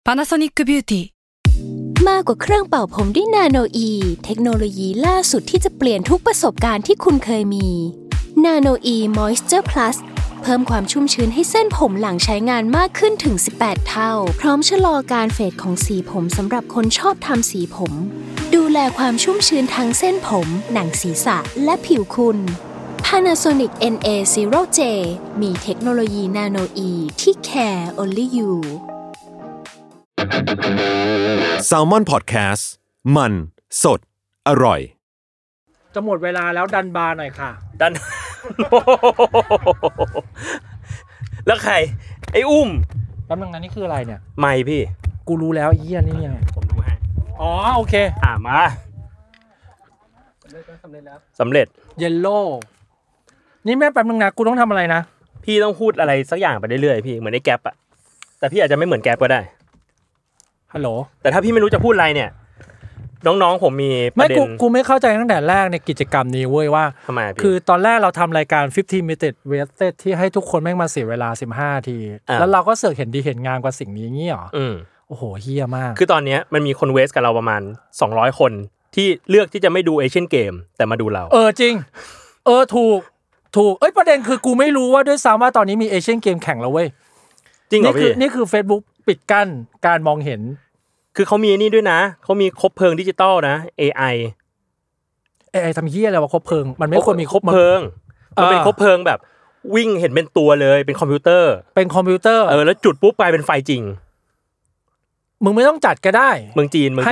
Panasonic Beauty มากกว่าเครื่องเป่าผมด้วยนาโนอีเทคโนโลยีล่าสุดที่จะเปลี่ยนทุกประสบการณ์ที่คุณเคยมีนาโนอีมอยส์เจอร์พลัสเพิ่มความชุ่มชื้นให้เส้นผมหลังใช้งานมากขึ้นถึง18เท่าพร้อมชะลอการเฟดของสีผมสำหรับคนชอบทำสีผมดูแลความชุ่มชื้นทั้งเส้นผมหนังศีรษะและผิวคุณ Panasonic NA0J มีเทคโนโลยีนาโนอีที่ care only you Salmon Podcast มันสดอร่อยจะหมดเวลาแล้วดันบาร์หน่อยค่ะดัน แล้วใครไอ้อุ้มแป๊บนึงนะนี่คืออะไรเนี่ยไม่พี่กูรู้แล้วไอ้เหี้ยนี่ไงผมดูให้อ๋อโอเคมาสำเร็จเยลโล่นี่แม่แป๊บนึงนะกูต้องทำอะไรนะพี่ต้องพูดอะไรสักอย่างไปเรื่อยๆพี่เหมือนไอ้แก๊ปอะแต่พี่อาจจะไม่เหมือนแก๊ปก็ได้ฮัลโหลแต่ถ้าพี่ไม่รู้จะพูดอะไรเนี่ยน้องๆผมมีประเด็นกูไม่เข้าใจตั้งแต่แรกในกิจกรรมนี้เว้ยว่าทำไมพี่คือตอนแรกเราทำรายการ15 minute wasted ที่ให้ทุกคนแม่งมาเสียเวลา15นาทีแล้วเราก็เสือกเห็นดีเห็นงานกว่าสิ่งนี้งี้หรอโอ้โหเหี้ยมากคือตอนนี้มันมีคนเวสกับเราประมาณ200คนที่เลือกที่จะไม่ดูเอเชียนเกมแต่มาดูเราจริงถูกประเด็นคือกูไม่รู้ว่าด้วยซ้ำว่าตอนนี้มีเอเชียนเกมแข่งแล้วเว้ยจริงเหรอพี่นี่คือ Facebook ปิดกั้นการมองเห็นคือเขามีนี่ด้วยนะเขามีคบเพลิงดิจิตอลนะ AI ทำเหี้ยอะไรวะคบเพลิงมันไม่ควรมีคบเพลิงมันเป็นคบเพลิงแบบวิ่งเห็นเป็นตัวเลยเป็นคอมพิวเตอร์แล้วจุดปุ๊บกลายเป็นไฟจริงมึงไม่ต้องจัดก็ได้เมืองจีนให้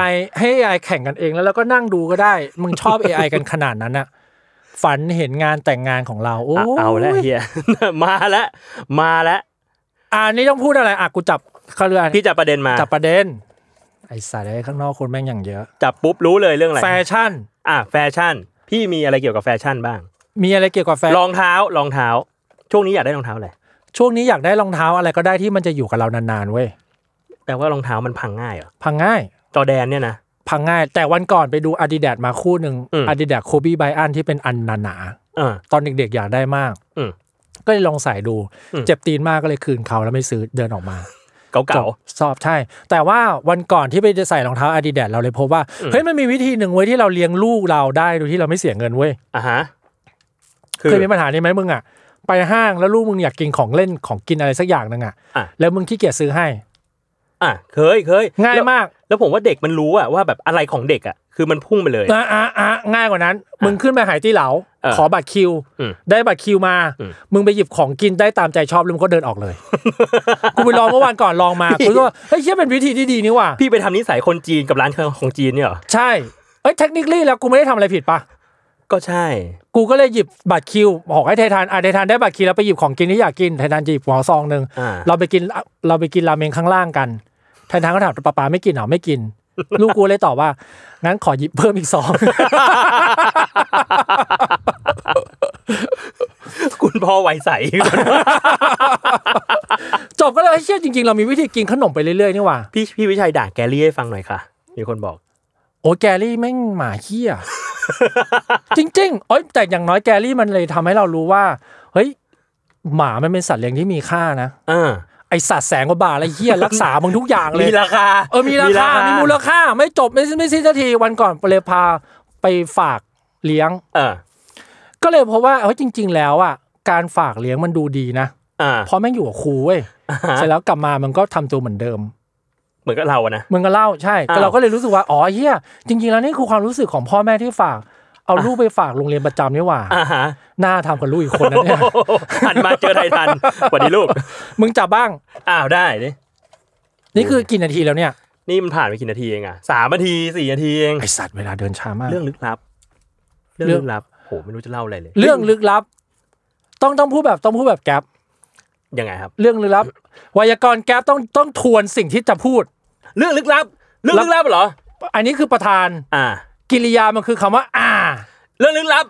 AI แข่งกันเองแล้วก็นั่งดูก็ได้มึงชอบ AI กันขนาดนั้นน่ะฝันเห็นงานแต่งงานของเราโอ้เอาแล้วเฮียมาแล้วนี่ต้องพูดอะไรกูจับเขาเรียกพี่จับประเด็นมาจับประเด็นไอ้สัตว์ไอ้ข้างนอกคนแม่งอย่างเยอะจับปุ๊บรู้เลยเรื่องอะไรแฟชั่นแฟชั่นพี่มีอะไรเกี่ยวกับแฟชั่นบ้างมีอะไรเกี่ยวกับรองเท้าช่วงนี้อยากได้รองเท้าอะไรช่วงนี้อยากได้รองเท้าอะไรก็ได้ที่มันจะอยู่กับเรานานๆเว้ยแปลว่ารองเท้ามันพังง่ายเหรอพังง่ายจอร์แดนเนี่ยนะพังง่ายแต่วันก่อนไปดู Adidas มาคู่นึง Adidas Kobe Bryant ที่เป็นอันหนาๆตอนเด็กๆอยากได้มากก็เลยลองใส่ดูเจ็บตีนมากก็เลยคืนเขาแล้วไม่ซื้อเดินออกมาเก่าๆชอบใช่แต่ว่าวันก่อนที่ไปใส่รองเท้า Adidas เราเลยพบว่าเฮ้ยมันมีวิธีนึงเว้ยที่เราเลี้ยงลูกเราได้โดยที่เราไม่เสียเงินเว้ยเคยมีปัญหานี้มั้ยมึงไปห้างแล้วลูกมึงอยากกินของเล่นของกินอะไรสักอย่างนึงแล้วมึงขี้เกียจซื้อให้เคยง่ายมากแล้วผมว่าเด็กมันรู้ว่าแบบอะไรของเด็กคือมันพุ่งไปเลยง่ายกว่านั้นมึงขึ้นไปหายตี้เหลาขอบัตรคิวได้บัตรคิวมามึงไปหยิบของกินได้ตามใจชอบแล้วมึงก็เดินออกเลยกูไปลองเมื่อวานก่อนลองมากูก็เฮ้ยเหี้ยเป็นวิธีที่ดีนี่ว่ะพี่ไปทำนิสัยคนจีนกับร้านของจีนเนี่ยเหรอใช่เทคนิคลี่แล้วกูไม่ได้ทำอะไรผิดปะก็ใช่กูก็เลยหยิบบัตรคิวบอกให้ไททันไททันได้บัตรคิวแล้วไปหยิบของกินที่อยากกินไททันหยิบหัวซองนึงเราไปกินราเมงข้างล่างกันไททันก็ถามป๊าไม่กินเหรอไม่กินลูกกูเลยตอบว่างั้นขอหยิบเพิ่มอีก2 คุณพ่อไวใสจบก็เลยเชื่อจริงๆเรามีวิธีกินขนมไปเรื่อยๆนี่หว่าพี่วิชัยด่าแกรี่ให้ฟังหน่อยค่ะมีคนบอกโอ้แกรี่แม่งหมาเหี้ยจริงๆแต่อย่างน้อยแกรี่มันเลยทำให้เรารู้ว่าเฮ้ยหมามันเป็นสัตว์เลี้ยงที่มีค่านะไอสัตว์แสงกว่าบาทอะไรเหี้ยรักษามึงทุกอย่างเลยมีราคามีราคามีมูลค่าไม่จบไม่สิ้นสักทีวันก่อนเลยพาไปฝากเลี้ยงก็เลยเพราะว่าจริงๆแล้วการฝากเลี้ยงมันดูดีนะเพราะแม่งอยู่กับครูเว้ยเสร็จแล้วกลับมามันก็ทำตัวเหมือนเดิมเหมือนกับเรานะเหมือนกับเราใช่เราก็เลยรู้สึกว่าเหี้ยจริงๆแล้วนี่คือความรู้สึกของพ่อแม่ที่ฝากเอาลูกไปฝากโรงเรียนประจำนี่หว่าน่าทำกับลูกอีกคนนะเนี่ยหันมาเจอไททันสวัสดีลูกมึงจับบ้างได้นี่คือกี่นาทีแล้วเนี่ยนี่มันผ่านไปกี่นาทีเอง3นาที4นาทีเองไอสัตว์เวลาเดินช้ามากเรื่องลึกลับโหไม่รู้จะเล่าอะไรเลยเรื่องลึกลับต้องพูดแบบแก๊ปยังไงครับเรื่องลึกลับไวยากรณ์แก๊ปต้องทวนสิ่งที่จะพูดเรื่องลึกลับเหรออันนี้คือประธานกิริยามันคือคำว่าเรื่องลึกลับ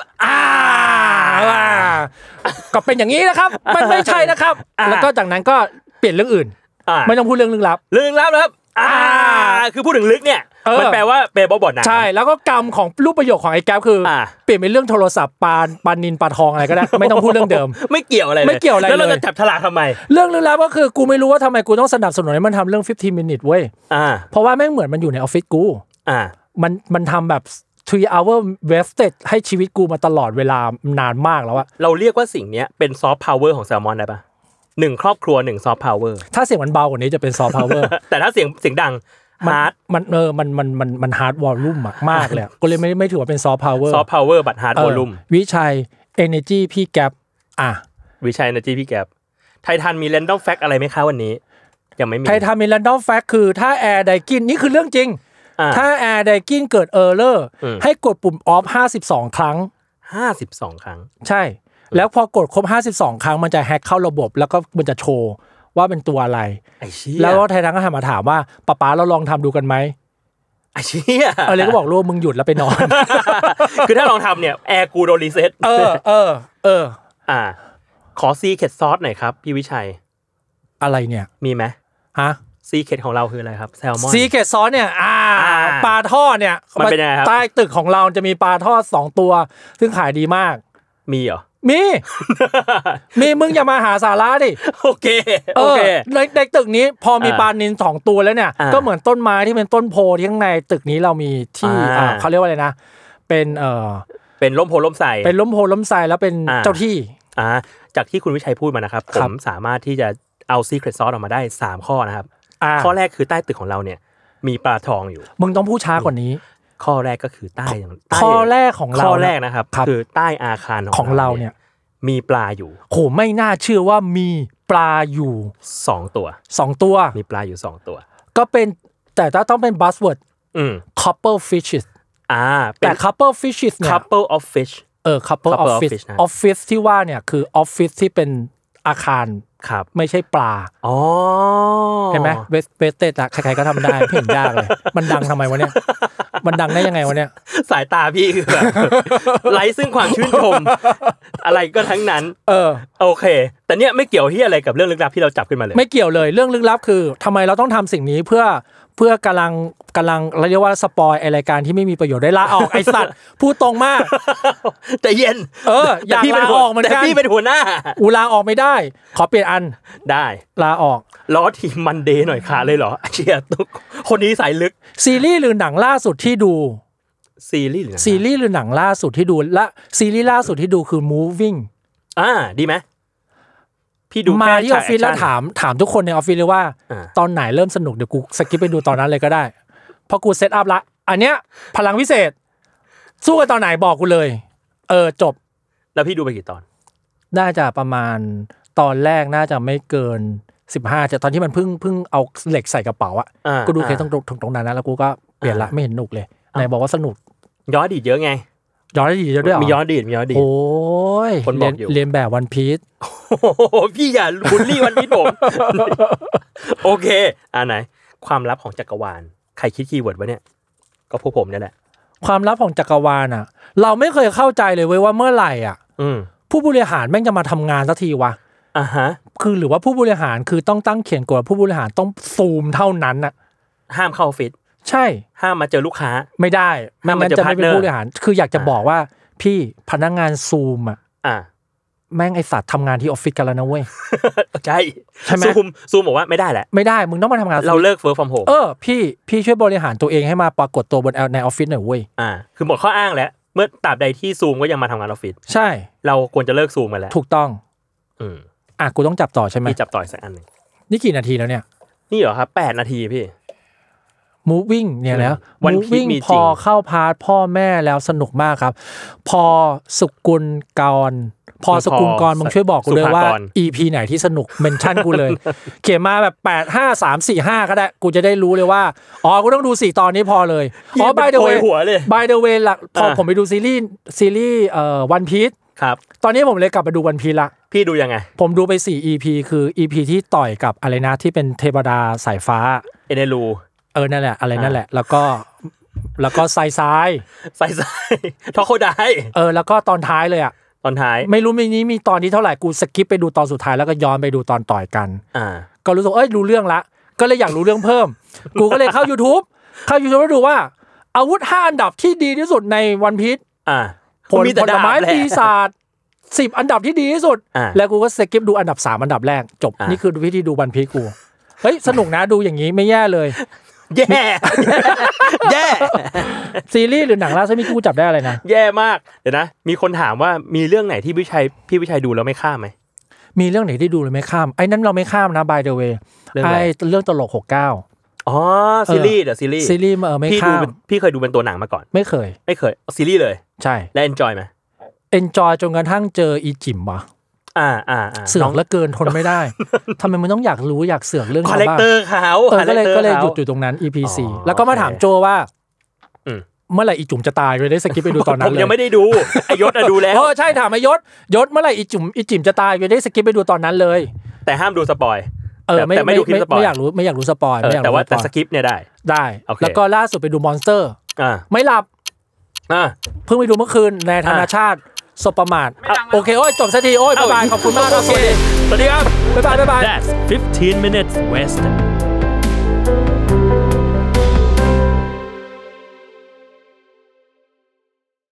ก็เป็นอย่างนี้นะครับมันไม่ใช่นะครับแล้วก็จากนั้นก็เปลี่ยนเรื่องอื่นไม่ต้องพูดเรื่องลึกลับนะครับคือพูดถึงลึกเนี่ยมันแปลว่าเปบ่อน้ำใช่แล้วก็กรรมของรูปประโยคของไอ้แก๊ปคือเปลี่ยนเป็นเรื่องโทรศัพท์ปานินปลาทองอะไรก็ได้ไม่ต้องพูดเรื่องเดิมไม่เกี่ยวอะไรเลยไม่เกี่ยวอะไรเลยแล้วเราจะจับฉลากทำไมเรื่องลึกลับก็คือกูไม่รู้ว่าทำไมกูต้องสนับสนุนให้มันทำเรื่อง15 minutes เว้ยเพราะว่าแม่งเหมือนมันอยู่ในออฟฟิศกูมันทำแบบ3 hour wasted ให้ชีวิตกูมาตลอดเวลานานมากแล้วอะเราเรียกว่าสิ่งนี้เป็นซอฟต์พาวเวอร์ของแซลมอนได้ปะ1ครอบครัว1ซอฟต์พาวเวอร์ถ้าเสียงมันเบากว่านี้จะเป็นซอฟต์พาวเวอร์แต่ถ้าเสียงดังฮาร์ดมันฮาร์ดวอลลุ่มมากเลยก็เลยไม่ถือว่าเป็นซอฟต์พาวเวอร์บัตฮาร์ดวอลลุ่มวิชัย energy พี่แก๊ปวิชัย energy พี่แก๊ปไททันมี random fact อะไรไหมคะวันนี้ยังไม่มีไททันมี random fact คือถ้าแอร์ไดกินนี่คือเรื่องจริงถ้าแอร์ไดกินเกิดerror ให้กดปุ่ม off 52 ครั้ง 52 ครั้งใช่แล้วพอกดครบ52 ครั้งมันจะแฮ็กเข้าระบบแล้วก็มันจะโชว์ว่าเป็นตัวอะไรแล้วไททันก็ถามว่าป๊าเราลองทำดูกันไหมไอ้เชี่ยเลยก็บอกลูกมึงหยุดแล้วไปนอนคือถ้าลองทำเนี่ยแอร์กูโดนรีเซ็ตขอซีเคทซอสหน่อยครับพี่วิชัยอะไรเนี่ยมีไหมฮะซีเคทของเราคืออะไรครับแซลมอนซีเคทซอสเนี่ยปลาทอดเนี่ยมันเป็นยังไงครับใต้ตึกของเราจะมีปลาทอด2 ตัวซึ่งขายดีมากมีเหรอมีมึงอย่ามาหาสาระดิโอเคในตึกนี้พอมีปลานิล2 ตัวแล้วเนี่ยก็เหมือนต้นไม้ที่เป็นต้นโพที่ข้างในตึกนี้เรามีที่เขาเรียกว่าอะไรนะเป็นร่มโพล่มไทรเป็นร่มโพล่มไทรแล้วเป็นเจ้าที่จากที่คุณวิชัยพูดมานะครับผมสามารถที่จะเอาซีเคร็ตซอสออกมาได้3ข้อนะครับข้อแรกคือใต้ตึกของเราเนี่ยมีปลาทองอยู่มึงต้องพูดช้ากว่านี้ข้อแรกก็คือใต้ข้อแรกของเราข้อแรกนะครับคือใต้อาคารของเราเนี่ยมีปลาอยู่โหไม่น่าเชื่อว่ามีปลาอยู่ 2 ตัวมีปลาอยู่2 ตัวก็เป็นแต่ต้องเป็น buzzword couple fishes แต่ couple fishes เนี่ย couple of fish couple of fish office ที่ว่าเนี่ยคือออฟฟิศที่เป็นอาคารไม่ใช่ปลาเห็นไหมเวสเตใครๆก็ทำได้ไม่เห็นยากเลยมันดังทำไมวะเนี่ยมันดังได้ยังไงวะเนี่ยสายตาพี่คือแบบไร้ซึ่งความชื่นชมอะไรก็ทั้งนั้นโอเคแต่เนี่ยไม่เกี่ยวที่อะไรกับเรื่องลึกลับที่เราจับขึ้นมาเลยไม่เกี่ยวเลยเรื่องลึกลับคือทำไมเราต้องทำสิ่งนี้เพื่อกำลังเราเรียกว่าสปอยรายการที่ไม่มีประโยชน์ได้ลาออกไอสัตว์พูดตรงมากแต่เย็นอยากลาออกเหมือนกันแต่พี่เป็นหัวหน้าลาออกไม่ได้ขอเปลี่ยนอันได้ลาออกล้อทีมมันเดย์หน่อยขาเลยเหรอเชียคนนี้สายลึกซีรีส์หรือหนังล่าสุดที่ดูซีรีส์หรือหนังล่าสุดที่ดูและซีรีส์ล่าสุดที่ดูคือ Moving ดีไหมพี่ดูมาที่ออฟฟิศแล้วถามทุกคนในออฟฟิศเลยว่าตอนไหนเริ่มสนุกเดี๋ยวกูสกิปไปดูตอนนั้นเลยก็ได้เพราะกูเซตอัพละอันเนี้ยพลังวิเศษสู้กันตอนไหนบอกกูเลยจบแล้วพี่ดูไปกี่ตอนน่าจะประมาณตอนแรกน่าจะไม่เกิน15แต่ตอนที่มันเพิ่งเอาเหล็กใส่กระเป๋าอ่ะกูดูแค่ตรงนั้นนะแล้วกูก็เปลี่ยนละไม่เห็นหนุกเลยไหนบอกว่าสนุกย้อนอดีตเยอะไงย้อนอดีตเยอะด้วยเหรอมีย้อนอดีตโอ้ยคนบอกอยู่เรียนแบบวันพีซพี่อย่าบูลลี่วันพีซผมโอเคไหนความลับของจักรวาลใครคิดคีย์เวิร์ดวะเนี่ยก็พวกผมเนี่ยแหละความลับของจักรวาลอ่ะเราไม่เคยเข้าใจเลยเว้ยว่าเมื่อไหร่อ่ะผู้บริหารแม่งจะมาทำงานสักทีวะคือหรือว่าผู้บริหารคือต้องตั้งเขียนกฎผู้บริหารต้องซูมเท่านั้นน่ะห้ามเข้าออฟฟิศใช่ห้ามมาเจอลูกค้าไม่ได้ไม่งั้นจะไม่เป็นผู้บริหารคืออยากจะบอกว่าพี่พนักงานซูมแม่งไอสัตว์ทำงานที่ออฟฟิศกันแล้วนะเว้ยใช่ไหมซูมบอกว่าไม่ได้แหละไม่ได้มึงต้องมาทำงานเราเลิกเวิร์คฟอร์มโฮมพี่ช่วยบริหารตัวเองให้มาปรากฏตัวบนในออฟฟิศหน่อยเว้ยคือหมดข้ออ้างแล้วเมื่อตราบใดที่ซูมก็ยังมาทำงานออฟฟิศใช่เราควรจะเลิกซูมกันแล้วถูกต้องกูต้องจับต่อใช่ไหมพี่จับต่อสักอันนึงนี่กี่นาทีแล้วเนี่ยนี่เหรอครับ8 นาทีพี่ Moving เนี่ยแล้ว Moving พอเข้าพาร์ทพ่อแม่แล้วสนุกมากครับพอสกุลกรมึงช่วยบอกกูเลยว่า EP ไหนที่สนุกเมนชั่นกูเลยเขียนมาแบบ8 5 3 4 5ก็ได้กูจะได้รู้เลยว่ากูต้องดู4ตอนนี้พอเลยby the way ล่ะพอผมไปดูซีรีส์One Piece ครับตอนนี้ผมเลยกลับมาดูOne Pieceละพี่ดูยังไงผมดูไป4 EP คือ EP ที่ต่อยกับอะไรนะที่เป็นเทวดาสายฟ้าเอเนรูนั่นแหละอะไรนั่นแหละแล้วก็ไซทอโคไดแล้วก็ตอนท้ายเลยตอนท้ายไม่รู้มีตอนที่เท่าไหร่กูสกิปไปดูตอนสุดท้ายแล้วก็ย้อนไปดูตอนต่อยกันก็รู้สึกรู้เรื่องละก็เลยอยากรู้เรื่องเพิ่มกูก็เลยเข้า YouTube เข้า YouTube แล้วดูว่าอาวุธ5อันดับที่ดีที่สุดใน One Piece ผลไม้ปีศาจ10อันดับที่ดีที่สุดแล้วกูก็สกิปดูอันดับ3อันดับแรกจบนี่คือวิธีดู One Piece กูเฮ้ยสนุกนะดูอย่างงี้ไม่แย่เลยแย่ซีรีส์หรือหนังล่าสุดที่กูจับได้อะไรนะแย่มากเดี๋ยวนะมีคนถามว่ามีเรื่องไหนที่พี่วิชัยดูแล้วไม่ข้ามไหมมีเรื่องไหนที่ดูแล้วไม่ข้ามไอ้นั้นเราไม่ข้ามนะ by the way ไอ้เรื่องตลก69 อ๋อซีรีส์ซีรีส์ไม่ข้ามพี่เคยดูเป็นตัวหนังมาก่อนไม่เคยซีรีส์เลยใช่และ enjoy มั้ย enjoy จนกระทั่งเจออีจิ๋มว่ะเสือกละเกินทนไม่ได้ทำไมมึงต้องอยากรู้อยากเสือกเรื่องคาแรคเตอร์เขาก็เลยหยุดอยู่ตรงนั้น EP 4แล้วก็มาถามโจว่าเมื่อไหร่อีจุ๋มจะตายไปได้สกิปไปดูตอนนั้นเลยผมยังไม่ได้ดูไอยศดูแล้วใช่ถามไอยศเมื่อไหร่อีจิ๋มจะตายไปได้สกิปไปดูตอนนั้นเลยแต่ห้ามดูสปอยแต่ไม่ดูคลิปสปอยไม่อยากรู้สปอยแต่ว่าแต่สกิปเนี่ยได้แล้วก็ล่าสุดไปดูมอนสเตอร์ไม่หลับเพิ่งไปดูเมื่อคืนในธนาชาติสบประมาทโอเคโอ้ยจบสักทีโอ้ยบ๊ายบายขอบคุณมากครับสวัสดีครับบ๊ายบาย That's 15 minutes West